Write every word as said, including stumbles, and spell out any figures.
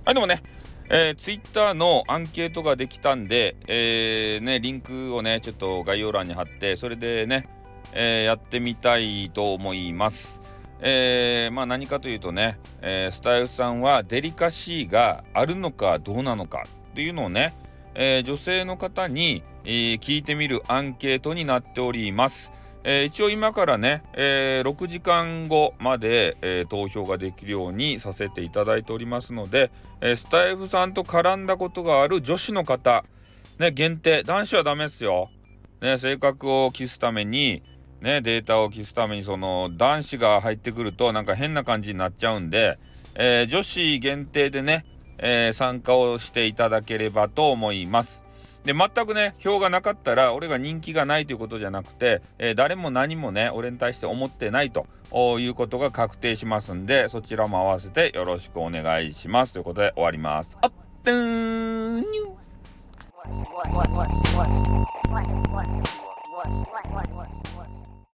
はい、でもね、えー、ツイッターのアンケートができたんで、えーね、リンクをね、ちょっと概要欄に貼って、それでね、えーやってみたいと思います。えーまあ何かというとね、えースタイフさんはデリカシーがあるのかどうなのかっていうのをね、えー女性の方に、えー聞いてみるアンケートになっております。えー一応今からね、えーろくじかんごまで、えー投票ができるようにさせていただいておりますので、えースタイフさんと絡んだことがある女子の方、ね、限定、男子はダメですよ。ね、性格を消すために、ね、データを消すために、その男子が入ってくるとなんか変な感じになっちゃうんで、えー女子限定でね、えー参加をしていただければと思います。で、全くね、票がなかったら、俺が人気がないということじゃなくて、えー誰も何もね、俺に対して思ってないということが確定しますんで、そちらも合わせてよろしくお願いします。ということで終わります。あっ、てーん、にゅ